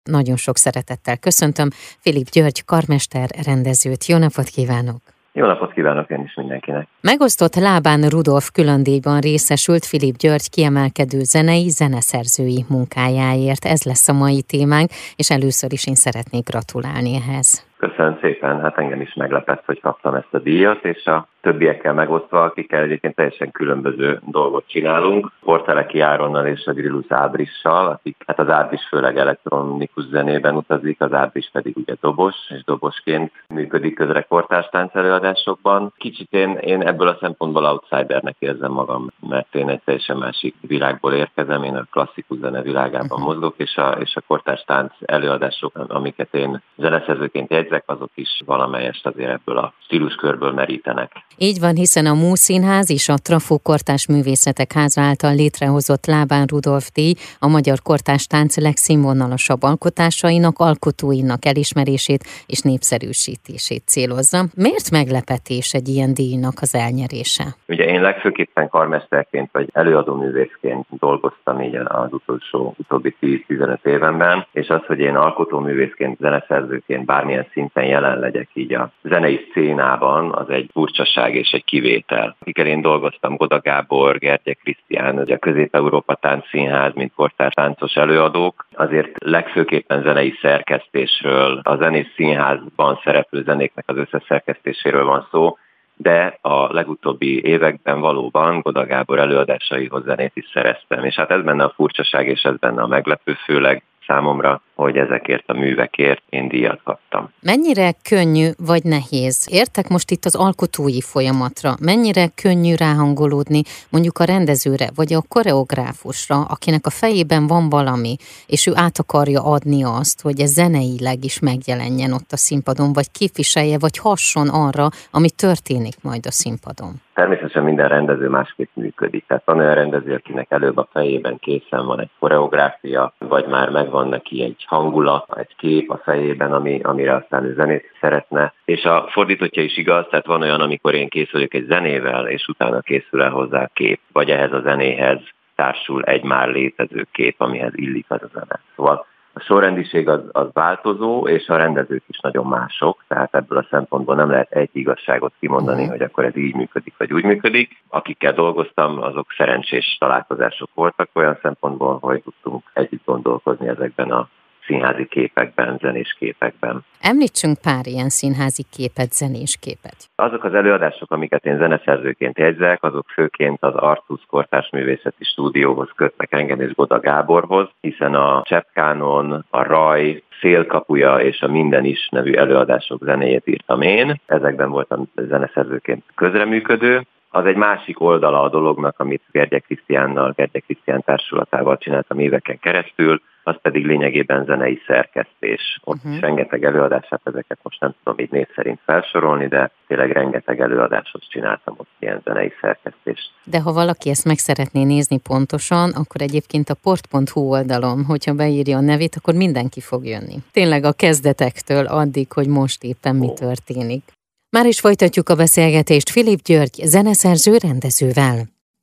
nagyon sok szeretettel köszöntöm Filip György karmester rendezőt. Jó napot kívánok! Jó napot kívánok én is mindenkinek! Megosztott Lábán Rudolf különdíjban részesült Filip György kiemelkedő zeneszerzői munkájáért. Ez lesz a mai témánk, és először is én szeretnék gratulálni ehhez. Köszönöm szépen, hát engem is meglepett, hogy kaptam ezt a díjat, és a többiekkel megosztva, akikkel egyébként teljesen különböző dolgot csinálunk. Porteleki Áronnal és a Grillus Ábrissal, akik, hát az Ábris főleg elektronikus zenében utazik, az Ábris pedig ugye dobos, és dobosként működik közrekordtás táncelőadásokban. Kicsit én ebből a szempontból outsidernek érzem magam, mert én egy teljesen másik világból érkezem, én a klasszikus zene világában mozgok, és a kortárs tánc előadások, amiket én zeneszerzőként jegyzek, azok is valamelyest azért ebből a stíluskörből merítenek. Így van, hiszen a Múszínház és a Trafó Kortárs Művészetek Háza által létrehozott Lábán Rudolf díj a magyar kortárs tánc legszínvonalasabb alkotásainak, alkotóinak elismerését és népszerűsítését célozza. Miért meglepetés egy ilyen díjnak az elnyerése? Ugye én legfőképpen karmesterként vagy előadóművészként dolgoztam így az utóbbi 10-15 évenben, és az, hogy én alkotóművészként, zeneszerzőként bármilyen szinten jelen legyek így a zenei szcénában, az egy furcsaság és egy kivétel. Akikkel én dolgoztam, Goda Gábor, Gergye Krisztián, ugye a Közép-Európa Táncszínház, mint kortárs táncos előadók, azért legfőképpen zenei szerkesztésről, a zenés színházban szereplő zenéknek az összeszerkesztéséről van szó, de a legutóbbi években valóban Goda Gábor előadásaihoz zenét is szereztem. És hát ez benne a furcsaság, és ez benne a meglepő, főleg számomra, hogy ezekért a művekért én díjat kaptam. Mennyire könnyű vagy nehéz? Értek most itt az alkotói folyamatra. Mennyire könnyű ráhangolódni mondjuk a rendezőre, vagy a koreográfusra, akinek a fejében van valami, és ő át akarja adni azt, hogy ez zeneileg is megjelenjen ott a színpadon, vagy képviselje, vagy hasson arra, ami történik majd a színpadon. Természetesen minden rendező másképp működik. Tehát van olyan rendező, akinek előbb a fejében készen van egy koreográfia, vagy már megvan neki egy hangulat, egy kép a fejében, amire aztán ő zenét szeretne. És a fordítottja is igaz, tehát van olyan, amikor én készülök egy zenével, és utána készül el hozzá a kép, vagy ehhez a zenéhez társul egy már létező kép, amihez illik az a zene. Szóval a sorrendiség az változó, és a rendezők is nagyon mások, tehát ebből a szempontból nem lehet egy igazságot kimondani, hogy akkor ez így működik, vagy úgy működik. Akikkel dolgoztam, azok szerencsés találkozások voltak olyan szempontból, hogy tudtunk együtt gondolkozni ezekben a színházi képekben, zenés képekben. Említsünk pár ilyen színházi képet, zenés képet. Azok az előadások, amiket én zeneszerzőként jegyzek, azok főként az Artus Kortárs Művészeti Stúdióhoz kötnek engem és Goda Gáborhoz, hiszen a Cseppkánon, a Raj, Szélkapuja és a Minden is nevű előadások zenéjét írtam én. Ezekben voltam zeneszerzőként közreműködő. Az egy másik oldala a dolognak, amit Gergye Krisztián társulatával csináltam éveken keresztül, az pedig lényegében zenei szerkesztés. Ott is rengeteg előadását, ezeket most nem tudom így név szerint felsorolni, de tényleg rengeteg előadásot csináltam ott ilyen zenei szerkesztést. De ha valaki ezt meg szeretné nézni pontosan, akkor egyébként a port.hu oldalon, hogyha beírja a nevét, akkor mindenki fog jönni. Tényleg a kezdetektől addig, hogy most éppen mi történik. Már is folytatjuk a beszélgetést Filip György zeneszerző rendezővel.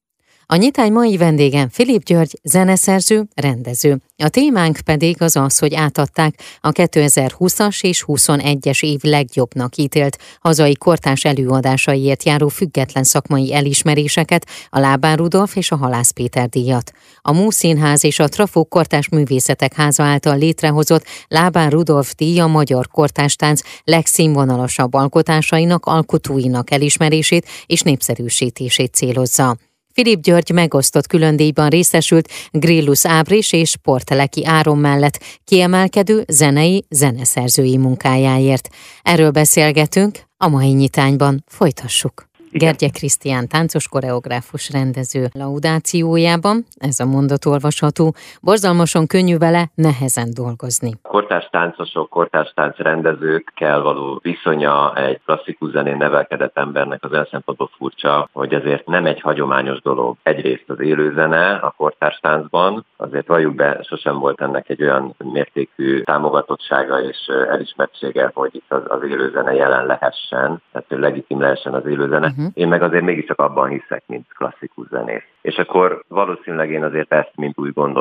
A nyitány mai vendégem Filip György zeneszerző, rendező. A témánk pedig az, hogy átadták a 2020-as és 21-es év legjobbnak ítélt hazai kortárs előadásaiért járó független szakmai elismeréseket, a Lábán Rudolf és a Halász Péter díjat. A Múszínház és a Trafó Kortárs Művészetek Háza által létrehozott Lábán Rudolf díj a magyar kortárstánc legszínvonalasabb alkotásainak, alkotóinak elismerését és népszerűsítését célozza. Filip György megosztott különdíjban részesült Grillus Ábris és Porteleki Áron mellett kiemelkedő zeneszerzői munkájáért. Erről beszélgetünk a mai nyitányban. Folytassuk. Gergye Krisztián táncos koreográfus rendező laudációjában, ez a mondat olvasható, borzalmasan könnyű vele nehezen dolgozni. Kortárs táncosok, kortárs tánc rendezőkkel való viszonya egy klasszikus zenén nevelkedett embernek az olyan szempontból furcsa, hogy azért nem egy hagyományos dolog. Egyrészt az élőzene a kortárs táncban, azért valljuk be, sosem volt ennek egy olyan mértékű támogatottsága és elismertsége, hogy itt az élőzene jelen lehessen, tehát hogy legitim lehessen az élőzene. Én meg azért mégiscsak abban hiszek, mint klasszikus zenész. És akkor valószínűleg én azért ezt, mint új gondolat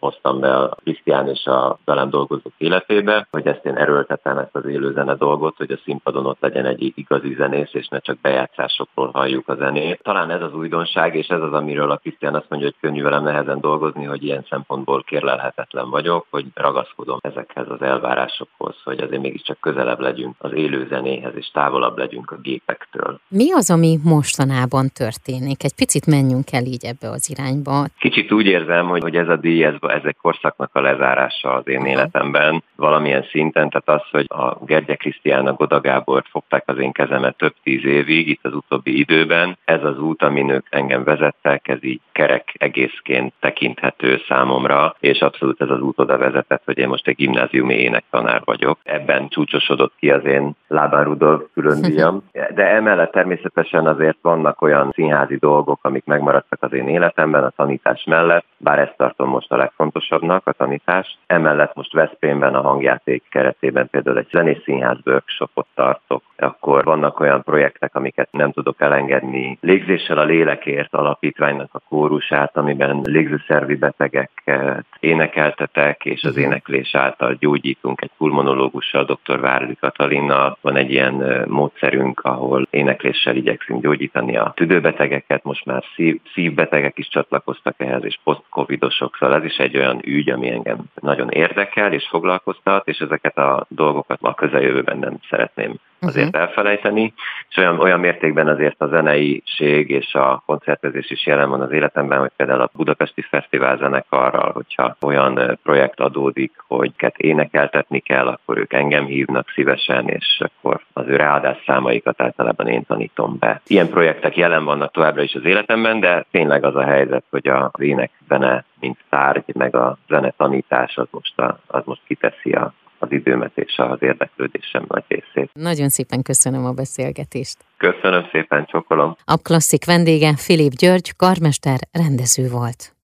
hoztam be a Krisztián és a velem dolgozók életébe, hogy ezt én erőltetem, ezt az élőzene dolgot, hogy a színpadon ott legyen egy igazi zenész, és ne csak bejátszásokról halljuk a zenét. Talán ez az újdonság, és ez az, amiről a Krisztián azt mondja, hogy könnyű velem nehezen dolgozni, hogy ilyen szempontból kérlelhetetlen vagyok, hogy ragaszkodom ezekhez az elvárásokhoz, hogy azért mégiscsak közelebb legyünk az élő zenéhez, és távolabb legyünk a gépektől. Mi az, ami mostanában történik? Egy picit menjünk el így ebbe az irányba. Kicsit úgy érzem, hogy ez a díj, ez egy korszaknak a lezárása az én életemben valamilyen szinten, tehát az, hogy a Gergye Krisztián, a Goda Gábort fogták az én kezemet több 10 évig, itt az utóbbi időben. Ez az út, amin ők engem vezettek, ez így kerek egészként tekinthető számomra, és abszolút ez az út oda vezetett, hogy én most egy gimnáziumi énektanár vagyok. Ebben csúcsosodott ki az én Lábán Rudolf különdíjam. De emellett természetesen azért vannak olyan színházi dolgok, amik megmaradtak az én életemben, a tanítás mellett, bár ezt tartom most a legfontosabbnak, a tanítás. Emellett most Veszprémben a hangjáték keretében például egy zenészszínház workshopot tartok. Akkor vannak olyan projektek, amiket nem tudok elengedni. Légzéssel a lélekért alapítványnak a kórusát, amiben légzőszervi betegeket énekeltetek, és az éneklés által gyógyítunk egy pulmonológussal, dr. Várli Katalinnal. Van egy ilyen módszerünk, ahol énekléssel igyekszünk gyógyítani a tüdőbetegeket, most már szívbetegek is csatlakoztak ehhez, és post-covidosok, szóval ez is egy olyan ügy, ami engem nagyon érdekel és foglalkoztat, és ezeket a dolgokat a közeljövőben nem szeretném azért elfelejteni, és olyan mértékben azért a zeneiség és a koncertezés is jelen van az életemben, hogy például a Budapesti Fesztivál zenekarral, hogyha olyan projekt adódik, hogy énekeltetni kell, akkor ők engem hívnak szívesen, és akkor az ő ráadás számaikat általában én tanítom be. Ilyen projektek jelen vannak továbbra is az életemben, de tényleg az a helyzet, hogy az ének-zene, mint tárgy, meg a zenetanítás az most kiteszi az időmet és az érdeklődésem nagy részét. Nagyon szépen köszönöm a beszélgetést. Köszönöm szépen, csókolom. A klasszik vendége Filip György, karmester, rendező volt.